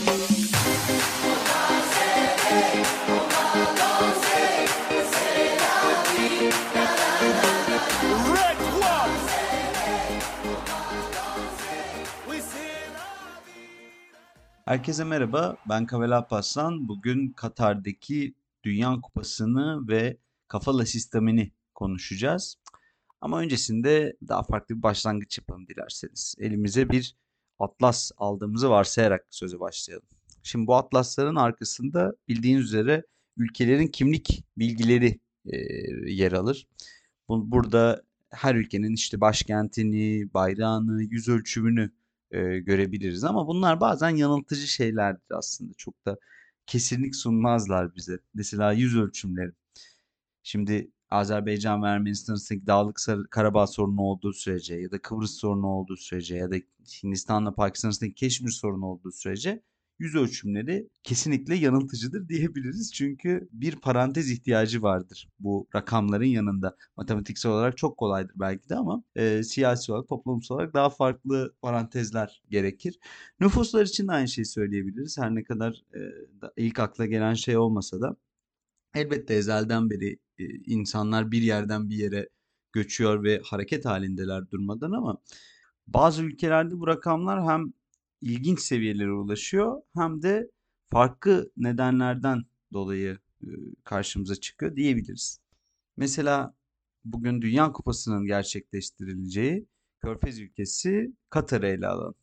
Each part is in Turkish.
Herkese merhaba, ben Kavel Alparslan. Bugün Katar'daki Dünya Kupası'nı ve kafala sistemini konuşacağız. Ama öncesinde daha farklı bir başlangıç yapalım dilerseniz. Elimize bir atlas aldığımızı varsayarak söze başlayalım. Şimdi bu atlasların arkasında bildiğiniz üzere ülkelerin kimlik bilgileri e, yer alır. Burada her ülkenin işte başkentini, bayrağını, yüz ölçümünü görebiliriz. Ama bunlar bazen yanıltıcı şeylerdir aslında. Çok da kesinlik sunmazlar bize. Mesela yüz ölçümleri. Şimdi Azerbaycan ve Ermenistan arasındaki Dağlık Karabağ sorunu olduğu sürece ya da Kıbrıs sorunu olduğu sürece ya da Hindistan'la Pakistan arasındaki Keşmir sorunu olduğu sürece yüz ölçümleri kesinlikle yanıltıcıdır diyebiliriz. Çünkü bir parantez ihtiyacı vardır bu rakamların yanında. Matematiksel olarak çok kolaydır belki de ama siyasi olarak, toplumsal olarak daha farklı parantezler gerekir. Nüfuslar için de aynı şeyi söyleyebiliriz. Her ne kadar ilk akla gelen şey olmasa da. Elbette ezelden beri insanlar bir yerden bir yere göçüyor ve hareket halindeler durmadan ama bazı ülkelerde bu rakamlar hem ilginç seviyelere ulaşıyor hem de farklı nedenlerden dolayı karşımıza çıkıyor diyebiliriz. Mesela bugün Dünya Kupası'nın gerçekleştirileceği Körfez ülkesi Katar'ı ele alalım.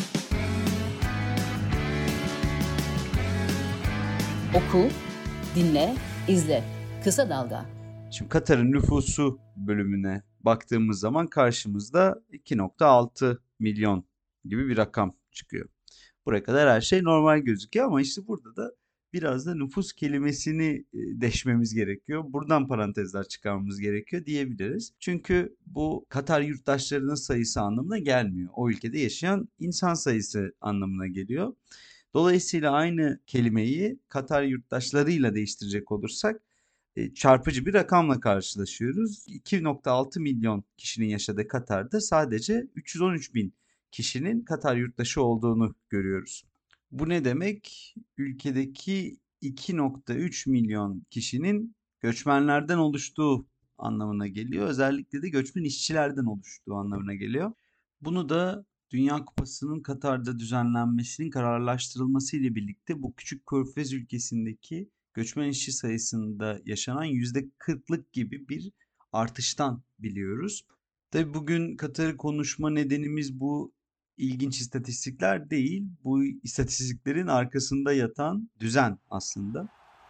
Oku, dinle, izle. Kısa Dalga. Şimdi Katar'ın nüfusu bölümüne baktığımız zaman karşımızda 2,6 milyon gibi bir rakam çıkıyor. Buraya kadar her şey normal gözüküyor ama işte burada da biraz da nüfus kelimesini deşmemiz gerekiyor. Buradan parantezler çıkarmamız gerekiyor diyebiliriz. Çünkü bu Katar yurttaşlarının sayısı anlamına gelmiyor. O ülkede yaşayan insan sayısı anlamına geliyor. Dolayısıyla aynı kelimeyi Katar yurttaşlarıyla değiştirecek olursak çarpıcı bir rakamla karşılaşıyoruz. 2,6 milyon kişinin yaşadığı Katar'da sadece 313 bin kişinin Katar yurttaşı olduğunu görüyoruz. Bu ne demek? Ülkedeki 2,3 milyon kişinin göçmenlerden oluştuğu anlamına geliyor. Özellikle de göçmen işçilerden oluştuğu anlamına geliyor. Bunu da Dünya Kupası'nın Katar'da düzenlenmesinin kararlaştırılması ile birlikte bu küçük körfez ülkesindeki göçmen işçi sayısında yaşanan %40'lık gibi bir artıştan biliyoruz. Tabii bugün Katar'ı konuşma nedenimiz bu ilginç istatistikler değil, bu istatistiklerin arkasında yatan düzen aslında.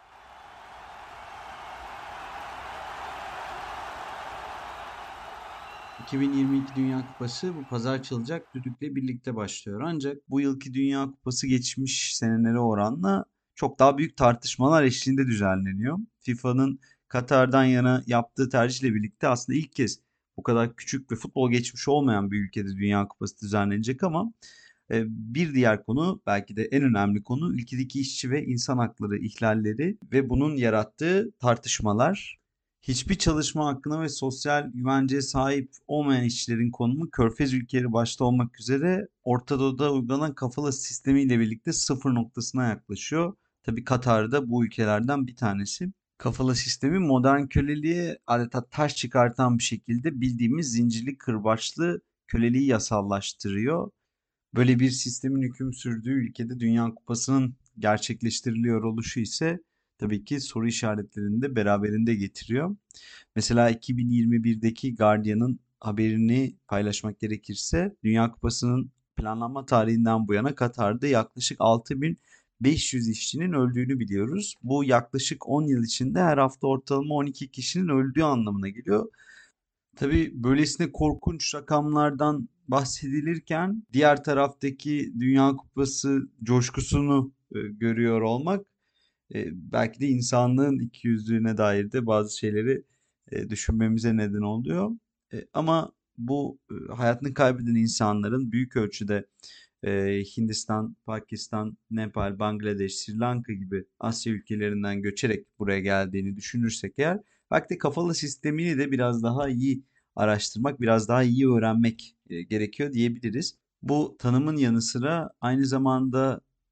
2022 Dünya Kupası bu pazar çalacak düdükle birlikte başlıyor. Ancak bu yılki Dünya Kupası geçmiş senelere oranla çok daha büyük tartışmalar eşliğinde düzenleniyor. FIFA'nın Katar'dan yana yaptığı tercihle birlikte aslında ilk kez bu kadar küçük ve futbol geçmişi olmayan bir ülkede Dünya Kupası düzenlenecek ama bir diğer konu belki de en önemli konu ülkedeki işçi ve insan hakları ihlalleri ve bunun yarattığı tartışmalar. Hiçbir çalışma hakkına ve sosyal güvenceye sahip olmayan işçilerin konumu Körfez ülkeleri başta olmak üzere Orta Doğu'da uygulanan kafala sistemiyle birlikte sıfır noktasına yaklaşıyor. Tabii Katar'da bu ülkelerden bir tanesi. Kafala sistemi modern köleliğe adeta taş çıkartan bir şekilde bildiğimiz zincirli kırbaçlı köleliği yasallaştırıyor. Böyle bir sistemin hüküm sürdüğü ülkede Dünya Kupası'nın gerçekleştiriliyor oluşu ise tabii ki soru işaretlerini de beraberinde getiriyor. Mesela 2021'deki Guardian'ın haberini paylaşmak gerekirse Dünya Kupası'nın planlanma tarihinden bu yana Katar'da yaklaşık 6.500 işçinin öldüğünü biliyoruz. Bu yaklaşık 10 yıl içinde her hafta ortalama 12 kişinin öldüğü anlamına geliyor. Tabii böylesine korkunç rakamlardan bahsedilirken diğer taraftaki Dünya Kupası coşkusunu görüyor olmak belki de insanlığın ikiyüzlülüğüne dair de bazı şeyleri düşünmemize neden oluyor. Ama bu hayatını kaybeden insanların büyük ölçüde Hindistan, Pakistan, Nepal, Bangladeş, Sri Lanka gibi Asya ülkelerinden göçerek buraya geldiğini düşünürsek eğer belki de kafalı sistemini de biraz daha iyi araştırmak, biraz daha iyi öğrenmek gerekiyor diyebiliriz. Bu tanımın yanı sıra aynı zamanda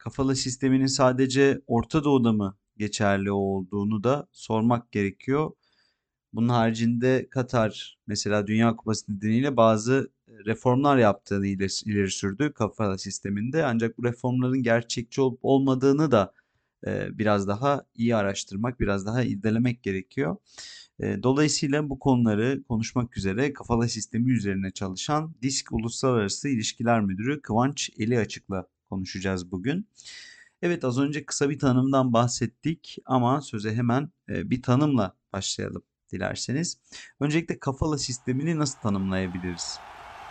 kafala sisteminin sadece Orta Doğu'da mı geçerli olduğunu da sormak gerekiyor. Bunun haricinde Katar mesela Dünya Kupası nedeniyle bazı reformlar yaptığını ileri sürdü kafala sisteminde. Ancak bu reformların gerçekçi olup olmadığını da biraz daha iyi araştırmak, biraz daha irdelemek gerekiyor. Dolayısıyla bu konuları konuşmak üzere kafala sistemi üzerine çalışan DİSK Uluslararası İlişkiler Müdürü Kıvanç Eliaçık'la konuşacağız bugün. Evet, az önce kısa bir tanımdan bahsettik ama söze hemen bir tanımla başlayalım dilerseniz. Öncelikle kafala sistemini nasıl tanımlayabiliriz?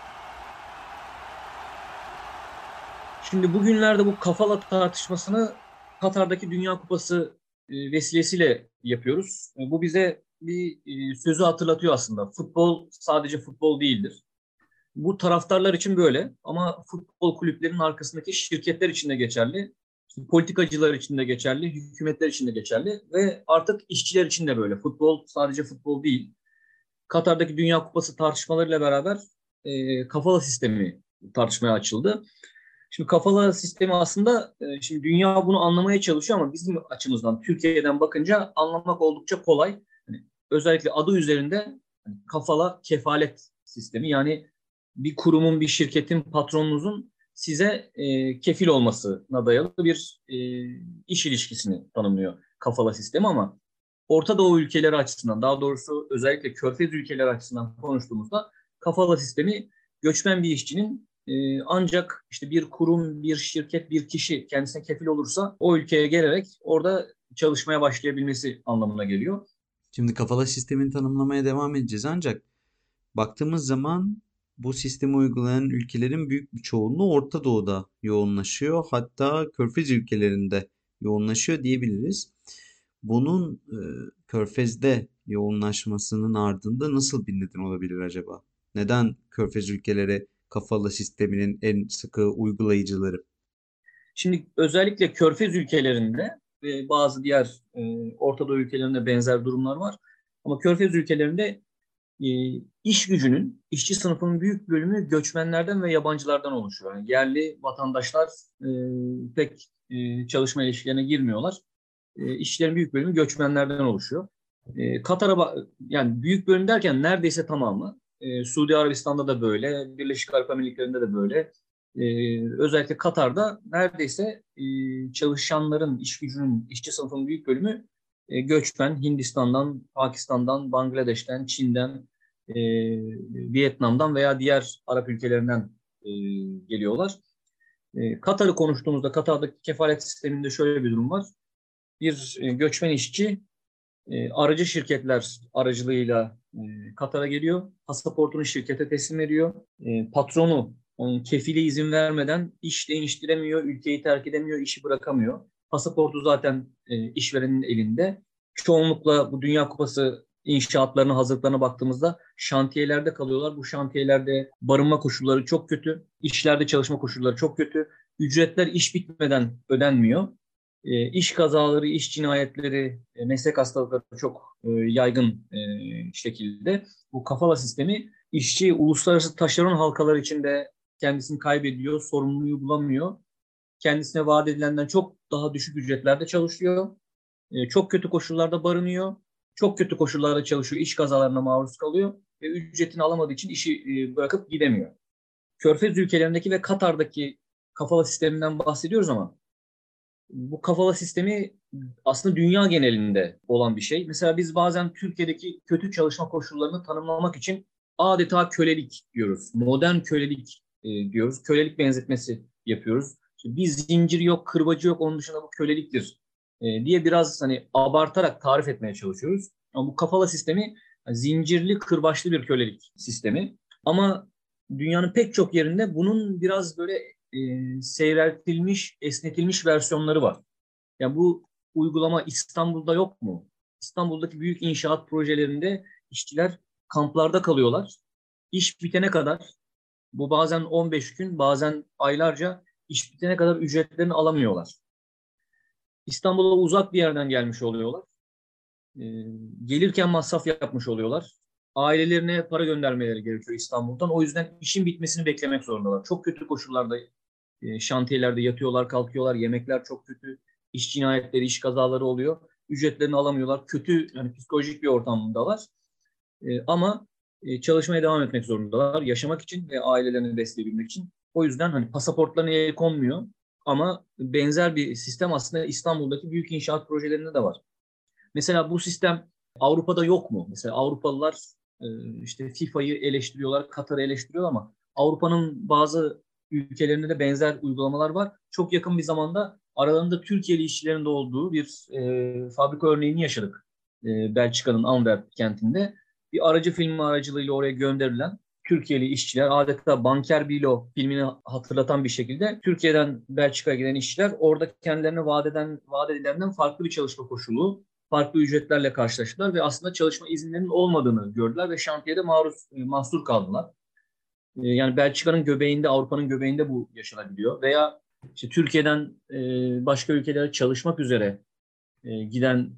Şimdi bugünlerde bu kafala tartışmasını Katar'daki Dünya Kupası vesilesiyle yapıyoruz. Bu bize bir sözü hatırlatıyor aslında. Futbol sadece futbol değildir. Bu taraftarlar için böyle ama futbol kulüplerinin arkasındaki şirketler için de geçerli. İşte politikacılar için de geçerli, hükümetler için de geçerli ve artık işçiler için de böyle. Futbol sadece futbol değil. Katar'daki Dünya Kupası tartışmalarıyla beraber kafala sistemi tartışmaya açıldı. Şimdi kafala sistemi aslında şimdi dünya bunu anlamaya çalışıyor ama bizim açımızdan Türkiye'den bakınca anlamak oldukça kolay. Yani özellikle adı üzerinde kafala kefalet sistemi, yani bir kurumun, bir şirketin, patronunuzun size kefil olmasına dayalı bir iş ilişkisini tanımlıyor kafala sistemi. Ama Orta Doğu ülkeleri açısından, daha doğrusu özellikle Körfez ülkeleri açısından konuştuğumuzda kafala sistemi göçmen bir işçinin ancak işte bir kurum, bir şirket, bir kişi kendisine kefil olursa o ülkeye gelerek orada çalışmaya başlayabilmesi anlamına geliyor. Şimdi kafala sistemini tanımlamaya devam edeceğiz ancak baktığımız zaman bu sistemi uygulayan ülkelerin büyük bir çoğunluğu Orta Doğu'da yoğunlaşıyor. Hatta Körfez ülkelerinde yoğunlaşıyor diyebiliriz. Bunun Körfez'de yoğunlaşmasının ardında nasıl bir neden olabilir acaba? Neden Körfez ülkeleri kafalı sisteminin en sıkı uygulayıcıları? Şimdi özellikle Körfez ülkelerinde ve bazı diğer Orta Doğu ülkelerinde benzer durumlar var. Ama Körfez ülkelerinde e, iş gücünün, işçi sınıfının büyük bölümü göçmenlerden ve yabancılardan oluşuyor. Yani yerli vatandaşlar pek çalışma ilişkilerine girmiyorlar. İşçilerin büyük bölümü göçmenlerden oluşuyor. Yani büyük bölüm derken neredeyse tamamı. Suudi Arabistan'da da böyle, Birleşik Arap Emirlikleri'nde de böyle. Özellikle Katar'da neredeyse çalışanların, iş gücünün, işçi sınıfının büyük bölümü göçmen. Hindistan'dan, Pakistan'dan, Bangladeş'ten, Çin'den, e, Vietnam'dan veya diğer Arap ülkelerinden geliyorlar. Katar'ı konuştuğumuzda Katar'daki kefalet sisteminde şöyle bir durum var. Bir göçmen işçi aracı şirketler aracılığıyla Katar'a geliyor. Pasaportunu şirkete teslim ediyor. Patronu onun kefili izin vermeden iş değiştiremiyor, ülkeyi terk edemiyor, işi bırakamıyor. Pasaportu zaten işverenin elinde. Çoğunlukla bu Dünya Kupası inşaatlarına, hazırlıklarına baktığımızda şantiyelerde kalıyorlar. Bu şantiyelerde barınma koşulları çok kötü. İşlerde çalışma koşulları çok kötü. Ücretler iş bitmeden ödenmiyor. İş kazaları, iş cinayetleri, meslek hastalıkları çok yaygın şekilde. Bu kafala sistemi işçi uluslararası taşeron halkaları içinde kendisini kaybediyor, sorumluluğu bulamıyor. Kendisine vaat edilenden çok daha düşük ücretlerde çalışıyor. Çok kötü koşullarda barınıyor. Çok kötü koşullarda çalışıyor, iş kazalarına maruz kalıyor ve ücretini alamadığı için işi bırakıp gidemiyor. Körfez ülkelerindeki ve Katar'daki kafala sisteminden bahsediyoruz ama bu kafala sistemi aslında dünya genelinde olan bir şey. Mesela biz bazen Türkiye'deki kötü çalışma koşullarını tanımlamak için adeta kölelik diyoruz. Modern kölelik diyoruz. Kölelik benzetmesi yapıyoruz. İşte bir zincir yok, kırbacı yok, onun dışında bu köleliktir diye biraz hani abartarak tarif etmeye çalışıyoruz. Ama bu kafala sistemi zincirli, kırbaçlı bir kölelik sistemi. Ama dünyanın pek çok yerinde bunun biraz böyle seyreltilmiş, esnetilmiş versiyonları var. Yani bu uygulama İstanbul'da yok mu? İstanbul'daki büyük inşaat projelerinde işçiler kamplarda kalıyorlar. İş bitene kadar, bu bazen 15 gün, bazen aylarca, iş bitene kadar ücretlerini alamıyorlar. İstanbul'a uzak bir yerden gelmiş oluyorlar. Ee, Gelirken masraf yapmış oluyorlar. Ailelerine para göndermeleri gerekiyor İstanbul'dan. O yüzden işin bitmesini beklemek zorundalar. Çok kötü koşullarda Şantiyelerde yatıyorlar, kalkıyorlar, yemekler çok kötü, iş cinayetleri, iş kazaları oluyor. Ücretlerini alamıyorlar. Kötü, yani psikolojik bir ortamdalar. Ama çalışmaya devam etmek zorundalar. Yaşamak için ve ailelerini besleyebilmek için. O yüzden hani pasaportlarına el konmuyor. Ama benzer bir sistem aslında İstanbul'daki büyük inşaat projelerinde de var. Mesela bu sistem Avrupa'da yok mu? Mesela Avrupalılar işte FIFA'yı eleştiriyorlar, Katar'ı eleştiriyorlar ama Avrupa'nın bazı ülkelerinde de benzer uygulamalar var. Çok yakın bir zamanda aralarında Türkiye'li işçilerin de olduğu bir fabrika örneğini yaşadık. Belçika'nın Antwerp kentinde. Bir aracı filmi aracılığıyla oraya gönderilen Türkiye'li işçiler adeta Banker Bilo filmini hatırlatan bir şekilde Türkiye'den Belçika'ya giden işçiler orada kendilerine vaat edilenden farklı bir çalışma koşulu, farklı ücretlerle karşılaştılar ve aslında çalışma izinlerinin olmadığını gördüler ve şantiyede mahsur kaldılar. Yani Belçika'nın göbeğinde, Avrupa'nın göbeğinde bu yaşanabiliyor. Veya işte Türkiye'den başka ülkelere çalışmak üzere giden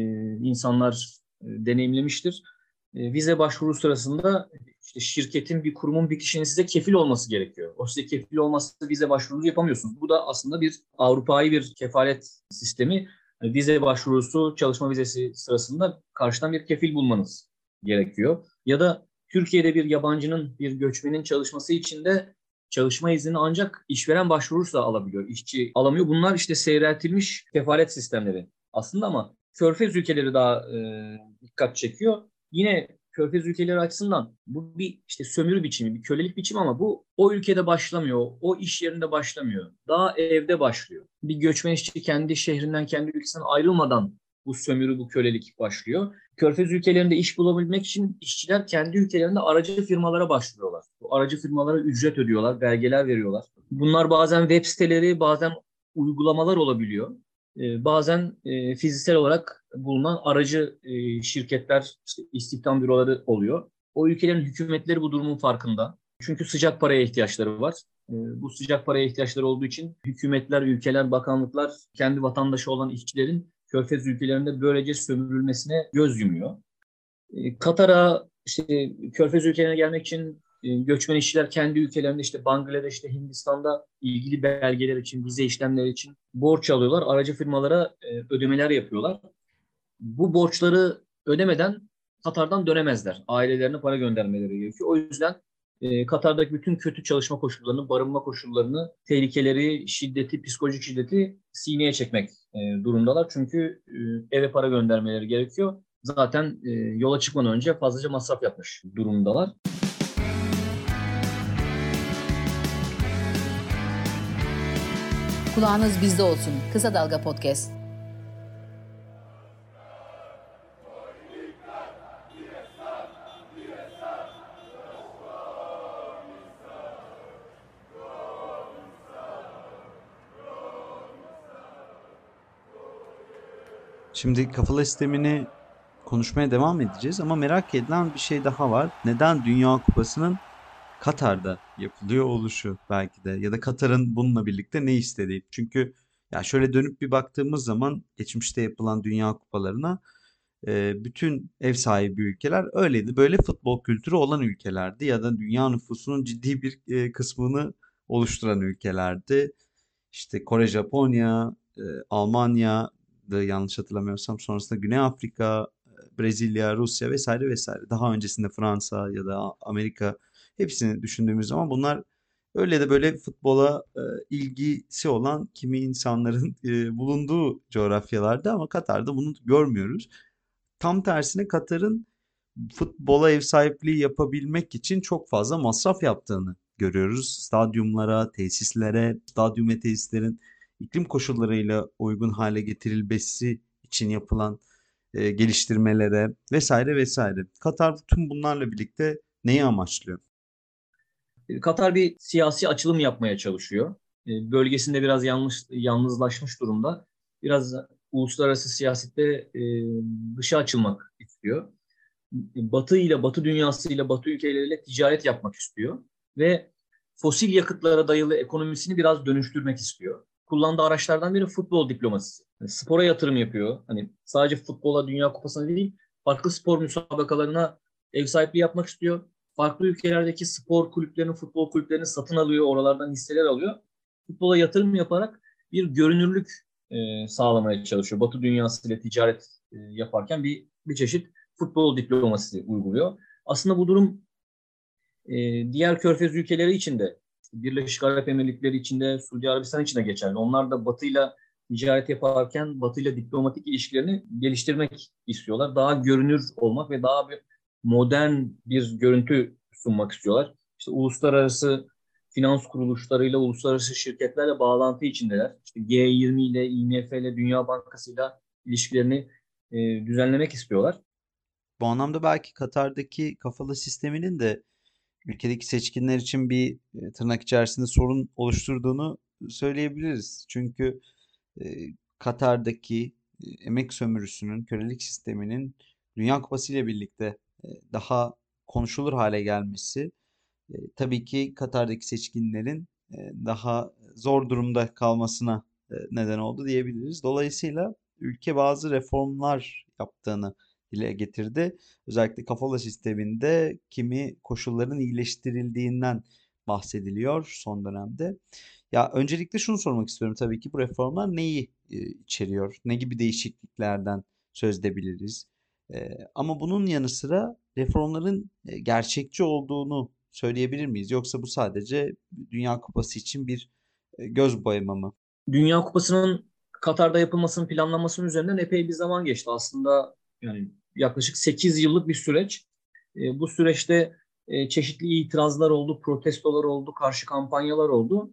insanlar deneyimlemiştir. Vize başvuru sırasında işte şirketin, bir kurumun bir kişinin size kefil olması gerekiyor. O size kefil olmazsa vize başvurunuzu yapamıyorsunuz. Bu da aslında bir Avrupa'yı bir kefalet sistemi. Vize başvurusu, çalışma vizesi sırasında karşıdan bir kefil bulmanız gerekiyor. Ya da Türkiye'de bir yabancının, bir göçmenin çalışması için de çalışma izni ancak işveren başvurursa alabiliyor. İşçi alamıyor. Bunlar işte seyreltilmiş kefalet sistemleri aslında ama Körfez ülkeleri daha dikkat çekiyor. Yine Körfez ülkeleri açısından bu bir işte sömürü biçimi, bir kölelik biçimi ama bu o ülkede başlamıyor, o iş yerinde başlamıyor. Daha evde başlıyor. Bir göçmen işçi kendi şehrinden, kendi ülkesinden ayrılmadan bu sömürü, bu kölelik başlıyor. Körfez ülkelerinde iş bulabilmek için işçiler kendi ülkelerinde aracı firmalara başvuruyorlar. Bu aracı firmalara ücret ödüyorlar, belgeler veriyorlar. Bunlar bazen web siteleri, bazen uygulamalar olabiliyor. Bazen fiziksel olarak bulunan aracı şirketler, işte istihdam büroları oluyor. O ülkelerin hükümetleri bu durumun farkında. Çünkü sıcak paraya ihtiyaçları var. Bu sıcak paraya ihtiyaçları olduğu için hükümetler, ülkeler, bakanlıklar kendi vatandaşı olan işçilerin Körfez ülkelerinde böylece sömürülmesine göz yumuyor. Katar'a, işte Körfez ülkelerine gelmek için göçmen işçiler kendi ülkelerinde, işte Bangladeş'te, Hindistan'da ilgili belgeler için, vize işlemleri için borç alıyorlar. Aracı firmalara ödemeler yapıyorlar. Bu borçları ödemeden Katar'dan dönemezler. Ailelerine para göndermeleri gerekiyor. O yüzden Katar'daki bütün kötü çalışma koşullarını, barınma koşullarını, tehlikeleri, şiddeti, psikolojik şiddeti sineye çekmek durumdalar. Çünkü eve para göndermeleri gerekiyor. Zaten yola çıkmadan önce fazlaca masraf yapmış durumdalar. Kulağınız bizde olsun. Kısa Dalga Podcast. Şimdi kafalar sistemini konuşmaya devam edeceğiz ama merak edilen bir şey daha var. Neden Dünya Kupası'nın Katar'da yapılıyor oluşu belki de ya da Katar'ın bununla birlikte ne istediği. Çünkü ya şöyle dönüp bir baktığımız zaman geçmişte yapılan Dünya Kupalarına bütün ev sahibi ülkeler öyleydi. Böyle futbol kültürü olan ülkelerdi ya da dünya nüfusunun ciddi bir kısmını oluşturan ülkelerdi. İşte Kore, Japonya, Almanya'dı yanlış hatırlamıyorsam. Sonrasında Güney Afrika, Brezilya, Rusya vesaire vesaire. Daha öncesinde Fransa ya da Amerika, hepsini düşündüğümüz zaman bunlar öyle de böyle futbola ilgisi olan kimi insanların bulunduğu coğrafyalarda ama Katar'da bunu görmüyoruz. Tam tersine Katar'ın futbola ev sahipliği yapabilmek için çok fazla masraf yaptığını görüyoruz. Stadyumlara, tesislere, stadyum ve tesislerin iklim koşullarıyla uygun hale getirilmesi için yapılan geliştirmelere vesaire vesaire. Katar tüm bunlarla birlikte neyi amaçlıyor? Katar bir siyasi açılım yapmaya çalışıyor. Bölgesinde biraz yalnızlaşmış durumda. Biraz uluslararası siyasette dışa açılmak istiyor. Batı ile, Batı dünyasıyla, Batı ülkeleriyle ticaret yapmak istiyor. Ve fosil yakıtlara dayalı ekonomisini biraz dönüştürmek istiyor. Kullandığı araçlardan biri futbol diplomasisi. Yani spora yatırım yapıyor. Hani sadece futbola, Dünya Kupası'na değil, farklı spor müsabakalarına ev sahipliği yapmak istiyor. Farklı ülkelerdeki spor kulüplerinin, futbol kulüplerini satın alıyor, oralardan hisseler alıyor. futbola yatırım yaparak bir görünürlük sağlamaya çalışıyor. Batı dünyasıyla ticaret yaparken bir çeşit futbol diplomasisi uyguluyor. Aslında bu durum diğer Körfez ülkeleri için de, Birleşik Arap Emirlikleri için de, Suudi Arabistan için de geçerli. Onlar da Batı'yla ticaret yaparken Batı'yla diplomatik ilişkilerini geliştirmek istiyorlar. Daha görünür olmak ve daha bir modern bir görüntü sunmak istiyorlar. İşte uluslararası finans kuruluşlarıyla, uluslararası şirketlerle bağlantı içindeler. İşte G20 ile, IMF ile, Dünya Bankası ile ilişkilerini düzenlemek istiyorlar. Bu anlamda belki Katar'daki kafalı sisteminin de ülkedeki seçkinler için bir tırnak içerisinde sorun oluşturduğunu söyleyebiliriz. Çünkü Katar'daki emek sömürüsünün, kölelik sisteminin Dünya Kupası ile birlikte daha konuşulur hale gelmesi tabii ki Katar'daki seçkinlerin daha zor durumda kalmasına neden oldu diyebiliriz. Dolayısıyla ülke bazı reformlar yaptığını dile getirdi. Özellikle kafala sisteminde kimi koşulların iyileştirildiğinden bahsediliyor son dönemde. Ya öncelikle şunu sormak istiyorum tabii ki bu reformlar neyi içeriyor? Ne gibi değişikliklerden söz edebiliriz? Ama bunun yanı sıra reformların gerçekçi olduğunu söyleyebilir miyiz? Yoksa bu sadece Dünya Kupası için bir göz boyama mı? Dünya Kupası'nın Katar'da yapılmasının planlanmasının üzerinden epey bir zaman geçti. Aslında yani yaklaşık 8 yıllık bir süreç. Bu süreçte çeşitli itirazlar oldu, protestolar oldu, karşı kampanyalar oldu.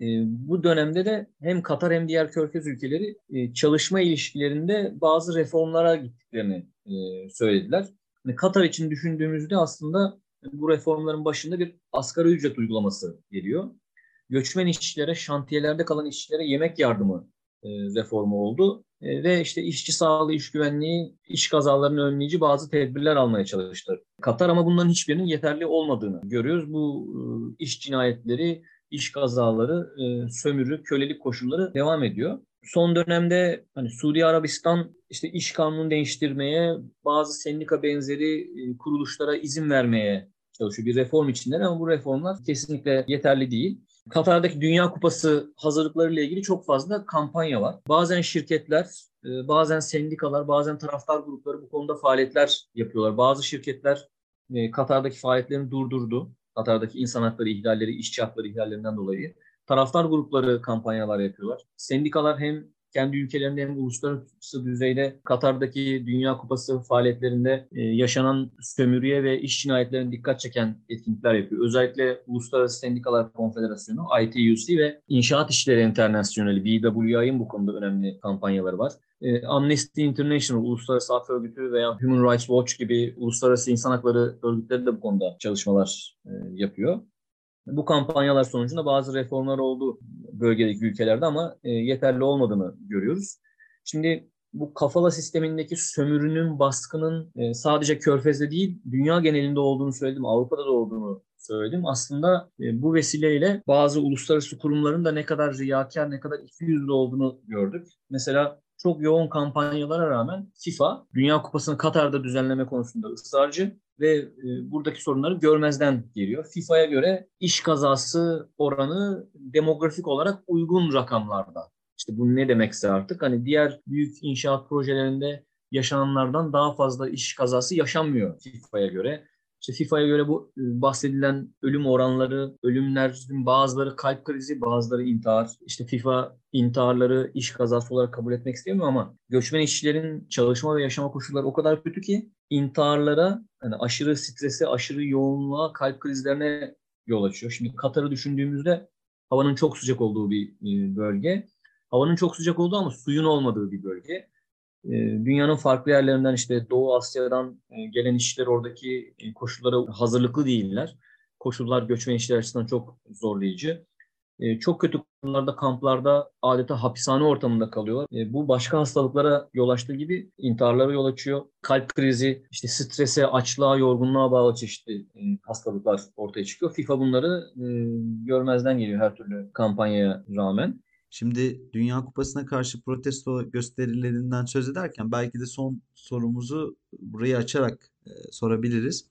Bu dönemde de hem Katar hem diğer Körfez ülkeleri çalışma ilişkilerinde bazı reformlara gittiklerini söylediler. Yani Katar için düşündüğümüzde aslında bu reformların başında bir asgari ücret uygulaması geliyor. Göçmen işçilere, şantiyelerde kalan işçilere yemek yardımı reformu oldu. Ve işte işçi sağlığı, iş güvenliği, iş kazalarını önleyici bazı tedbirler almaya çalıştı Katar, ama bunların hiçbirinin yeterli olmadığını görüyoruz. Bu iş cinayetleri, iş kazaları, sömürü, kölelik koşulları devam ediyor. Son dönemde hani Suudi Arabistan işte iş kanunu değiştirmeye, bazı sendika benzeri kuruluşlara izin vermeye çalışıyor. Bir reform içindeler ama bu reformlar kesinlikle yeterli değil. Katar'daki Dünya Kupası hazırlıklarıyla ilgili çok fazla kampanya var. Bazen şirketler, bazen sendikalar, bazen taraftar grupları bu konuda faaliyetler yapıyorlar. Bazı şirketler Katar'daki faaliyetlerini durdurdu. Katar'daki insan hakları ihlalleri, işçi hakları ihlallerinden dolayı. Taraftar grupları kampanyalar yapıyorlar. Sendikalar hem kendi ülkelerinde hem uluslararası düzeyde Katar'daki Dünya Kupası faaliyetlerinde yaşanan sömürüye ve iş cinayetlerine dikkat çeken etkinlikler yapıyor. Özellikle Uluslararası Sendikalar Konfederasyonu, ITUC ve İnşaat İşçileri Enternasyoneli, BWI'nin bu konuda önemli kampanyaları var. Amnesty International, Uluslararası Af Örgütü veya Human Rights Watch gibi uluslararası insan hakları örgütleri de bu konuda çalışmalar yapıyor. Bu kampanyalar sonucunda bazı reformlar oldu bölgedeki ülkelerde ama yeterli olmadığını görüyoruz. Şimdi bu kafala sistemindeki sömürünün, baskının sadece Körfez'de değil, dünya genelinde olduğunu söyledim, Avrupa'da da olduğunu söyledim. Aslında bu vesileyle bazı uluslararası kurumların da ne kadar riyakar, ne kadar ikiyüzlü olduğunu gördük. Mesela çok yoğun kampanyalara rağmen FIFA, Dünya Kupası'nı Katar'da düzenleme konusunda ısrarcı ve buradaki sorunları görmezden geliyor. FIFA'ya göre iş kazası oranı demografik olarak uygun rakamlarda. İşte bu ne demekse artık hani diğer büyük inşaat projelerinde yaşananlardan daha fazla iş kazası yaşanmıyor FIFA'ya göre. İşte FIFA'ya göre bu bahsedilen ölüm oranları, ölümlerin bazıları kalp krizi, bazıları intihar. İşte FIFA intiharları iş kazası olarak kabul etmek istemiyor ama göçmen işçilerin çalışma ve yaşama koşulları o kadar kötü ki intiharlara, hani aşırı strese, aşırı yoğunluğa, kalp krizlerine yol açıyor. Şimdi Katar'ı düşündüğümüzde havanın çok sıcak olduğu bir bölge. Havanın çok sıcak olduğu ama suyun olmadığı bir bölge. Dünyanın farklı yerlerinden işte Doğu Asya'dan gelen işçiler oradaki koşullara hazırlıklı değiller. Koşullar göçmen işçiler açısından çok zorlayıcı. Çok kötü konularda, kamplarda adeta hapishane ortamında kalıyorlar. Bu başka hastalıklara yol açtığı gibi intiharlara yol açıyor. Kalp krizi, işte strese, açlığa, yorgunluğa bağlı çeşitli hastalıklar ortaya çıkıyor. FIFA bunları görmezden geliyor her türlü kampanyaya rağmen. Şimdi Dünya Kupası'na karşı protesto gösterilerinden söz ederken belki de son sorumuzu burayı açarak sorabiliriz.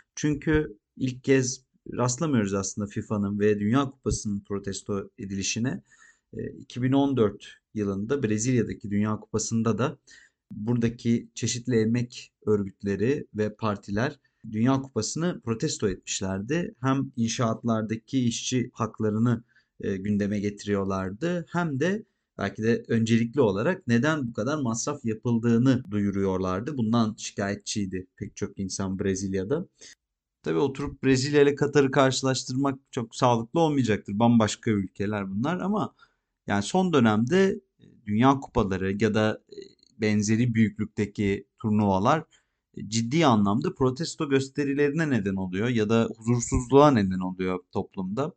Çünkü ilk kez rastlamıyoruz aslında FIFA'nın ve Dünya Kupası'nın protesto edilişine. 2014 yılında Brezilya'daki Dünya Kupası'nda da buradaki çeşitli emek örgütleri ve partiler Dünya Kupası'nı protesto etmişlerdi. Hem inşaatlardaki işçi haklarını gündeme getiriyorlardı, hem de belki de öncelikli olarak neden bu kadar masraf yapıldığını duyuruyorlardı. Bundan şikayetçiydi pek çok insan Brezilya'da. Tabii oturup Brezilya ile Katar'ı karşılaştırmak çok sağlıklı olmayacaktır. Bambaşka ülkeler bunlar, ama yani son dönemde Dünya Kupaları ya da benzeri büyüklükteki turnuvalar ciddi anlamda protesto gösterilerine neden oluyor ya da huzursuzluğa neden oluyor toplumda.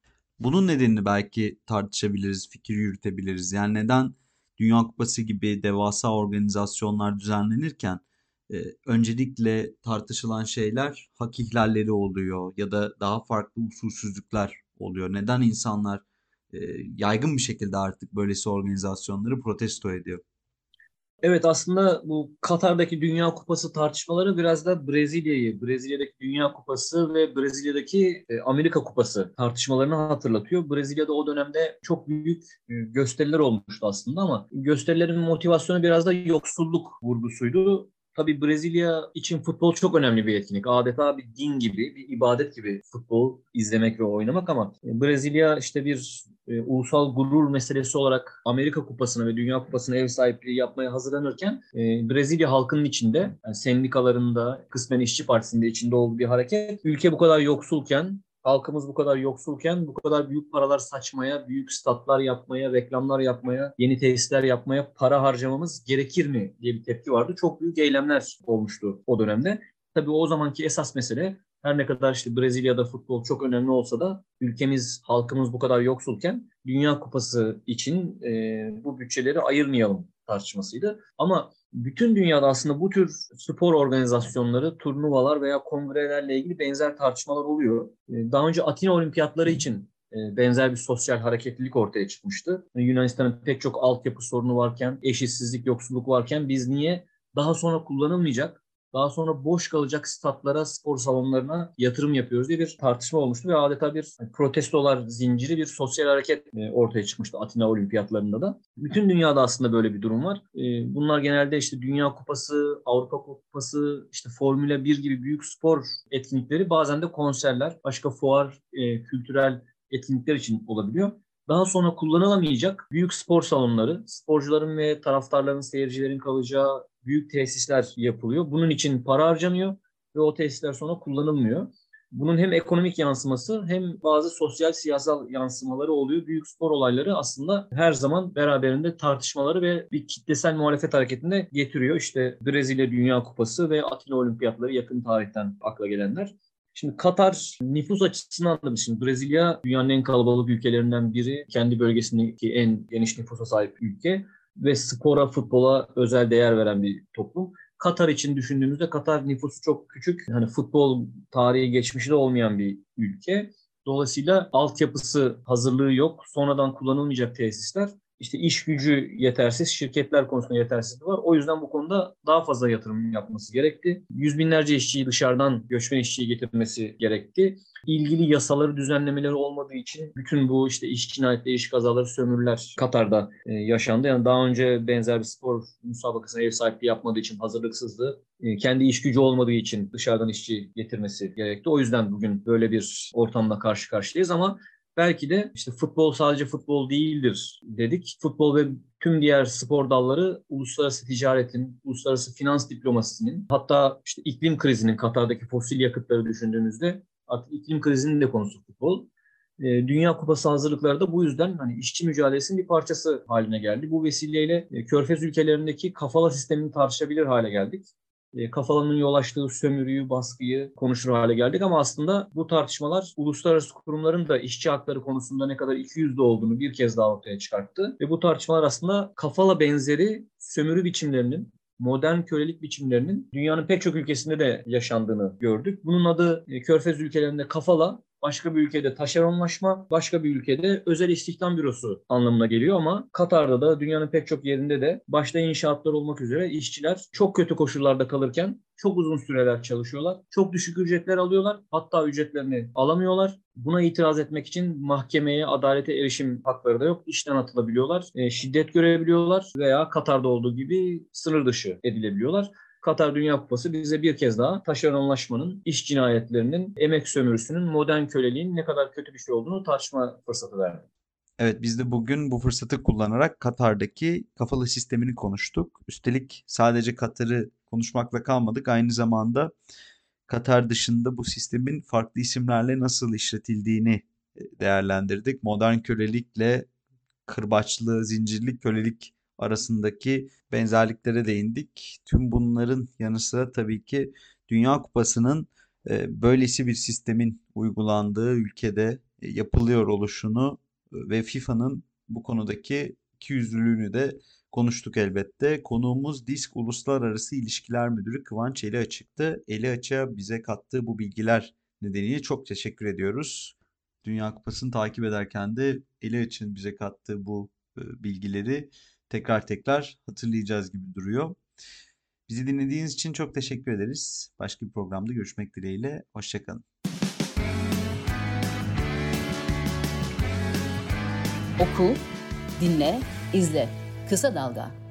Bunun nedenini belki tartışabiliriz, fikir yürütebiliriz. Yani neden Dünya Kupası gibi devasa organizasyonlar düzenlenirken öncelikle tartışılan şeyler hak ihlalleri oluyor ya da daha farklı usulsüzlükler oluyor. Neden insanlar e, yaygın bir şekilde artık böylesi organizasyonları protesto ediyor? Evet, aslında bu Katar'daki Dünya Kupası tartışmaları biraz da Brezilya'daki Dünya Kupası ve Brezilya'daki Amerika Kupası tartışmalarını hatırlatıyor. Brezilya'da o dönemde çok büyük gösteriler olmuştu aslında, ama gösterilerin motivasyonu biraz da yoksulluk vurgusuydu. Tabii Brezilya için futbol çok önemli bir etkinlik. Adeta bir din gibi, bir ibadet gibi futbol izlemek ve oynamak, ama Brezilya işte bir ulusal gurur meselesi olarak Amerika Kupası'na ve Dünya Kupası'na ev sahipliği yapmaya hazırlanırken Brezilya halkının içinde, yani sendikalarında, kısmen İşçi Partisi'nde içinde olduğu bir hareket. Ülke bu kadar yoksulken, halkımız bu kadar yoksulken bu kadar büyük paralar saçmaya, büyük statlar yapmaya, reklamlar yapmaya, yeni tesisler yapmaya para harcamamız gerekir mi diye bir tepki vardı. Çok büyük eylemler olmuştu o dönemde. Tabii o zamanki esas mesele, her ne kadar işte Brezilya'da futbol çok önemli olsa da ülkemiz, halkımız bu kadar yoksulken Dünya Kupası için bu bütçeleri ayırmayalım tartışmasıydı. Ama bütün dünyada aslında bu tür spor organizasyonları, turnuvalar veya kongrelerle ilgili benzer tartışmalar oluyor. Daha önce Atina Olimpiyatları için benzer bir sosyal hareketlilik ortaya çıkmıştı. Yunanistan'ın pek çok altyapı sorunu varken, eşitsizlik, yoksulluk varken biz niye daha sonra kullanılmayacak, daha sonra boş kalacak statlara, spor salonlarına yatırım yapıyoruz diye bir tartışma olmuştu ve adeta bir protestolar zinciri, bir sosyal hareket ortaya çıkmıştı Atina Olimpiyatlarında da. Bütün dünyada aslında böyle bir durum var. Bunlar genelde işte Dünya Kupası, Avrupa Kupası, işte Formula 1 gibi büyük spor etkinlikleri, bazen de konserler, başka fuar, kültürel etkinlikler için olabiliyor. Daha sonra kullanılamayacak büyük spor salonları, sporcuların ve taraftarların, seyircilerin kalacağı büyük tesisler yapılıyor. Bunun için para harcanıyor ve o tesisler sonra kullanılmıyor. Bunun hem ekonomik yansıması hem bazı sosyal siyasal yansımaları oluyor. Büyük spor olayları aslında her zaman beraberinde tartışmaları ve bir kitlesel muhalefet hareketine getiriyor. İşte Brezilya Dünya Kupası ve Atina Olimpiyatları yakın tarihten akla gelenler. Şimdi Katar nüfus açısından da, şimdi Brezilya dünyanın en kalabalık ülkelerinden biri. Kendi bölgesindeki en geniş nüfusa sahip ülke ve spora, futbola özel değer veren bir toplum. Katar için düşündüğümüzde Katar nüfusu çok küçük. Hani futbol tarihi geçmişi de olmayan bir ülke. Dolayısıyla altyapısı, hazırlığı yok. Sonradan kullanılmayacak tesisler. İşte iş gücü yetersiz, şirketler konusunda yetersizlik var. O yüzden bu konuda daha fazla yatırım yapması gerekti. Yüz binlerce işçiyi dışarıdan, göçmen işçiyi getirmesi gerekti. İlgili yasaları, düzenlemeleri olmadığı için bütün bu işte iş cinayetleri, iş kazaları, sömürüler Katar'da yaşandı. Yani daha önce benzer bir spor müsabakasına ev sahipliği yapmadığı için hazırlıksızdı. Kendi iş gücü olmadığı için dışarıdan işçi getirmesi gerekti. O yüzden bugün böyle bir ortamla karşı karşıyayız, ama belki de işte futbol sadece futbol değildir dedik. Futbol ve tüm diğer spor dalları uluslararası ticaretin, uluslararası finans diplomasisinin, hatta işte iklim krizinin, Katar'daki fosil yakıtları düşündüğünüzde artık iklim krizinin de konusu futbol. Dünya Kupası hazırlıkları da bu yüzden hani işçi mücadelesinin bir parçası haline geldi. Bu vesileyle Körfez ülkelerindeki kafala sistemini tartışabilir hale geldik. Kafalanın yol açtığı sömürüyü, baskıyı konuşur hale geldik, ama aslında bu tartışmalar uluslararası kurumların da işçi hakları konusunda ne kadar ikiyüzlü olduğunu bir kez daha ortaya çıkarttı. Ve bu tartışmalar aslında kafala benzeri sömürü biçimlerinin, modern kölelik biçimlerinin dünyanın pek çok ülkesinde de yaşandığını gördük. Bunun adı Körfez ülkelerinde kafala, başka bir ülkede taşeronlaşma, başka bir ülkede özel istihdam bürosu anlamına geliyor ama Katar'da da dünyanın pek çok yerinde de başta inşaatlar olmak üzere işçiler çok kötü koşullarda kalırken çok uzun süreler çalışıyorlar. Çok düşük ücretler alıyorlar. Hatta ücretlerini alamıyorlar. Buna itiraz etmek için mahkemeye, adalete erişim hakları da yok. İşten atılabiliyorlar, şiddet görebiliyorlar veya Katar'da olduğu gibi sınır dışı edilebiliyorlar. Katar Dünya Kupası bize bir kez daha taşeronlaşmanın, iş cinayetlerinin, emek sömürüsünün, modern köleliğin ne kadar kötü bir şey olduğunu tartışma fırsatı verdi. Evet, biz de bugün bu fırsatı kullanarak Katar'daki kafalı sistemini konuştuk. Üstelik sadece Katar'ı konuşmakla kalmadık. Aynı zamanda Katar dışında bu sistemin farklı isimlerle nasıl işletildiğini değerlendirdik. Modern kölelikle kırbaçlı, zincirli kölelik arasındaki benzerliklere değindik. Tüm bunların yanı sıra tabii ki Dünya Kupası'nın böylesi bir sistemin uygulandığı ülkede yapılıyor oluşunu ve FIFA'nın bu konudaki ikiyüzlülüğünü de konuştuk elbette. Konuğumuz DİSK Uluslararası İlişkiler Müdürü Kıvanç Eliaçık'tı. Eliaçık'a bize kattığı bu bilgiler nedeniyle çok teşekkür ediyoruz. Dünya Kupası'nı takip ederken de Eliaçık'ın bize kattığı bu bilgileri tekrar tekrar hatırlayacağız gibi duruyor. Bizi dinlediğiniz için çok teşekkür ederiz. Başka bir programda görüşmek dileğiyle. Hoşça kalın. Oku, dinle, izle. Kısa Dalga.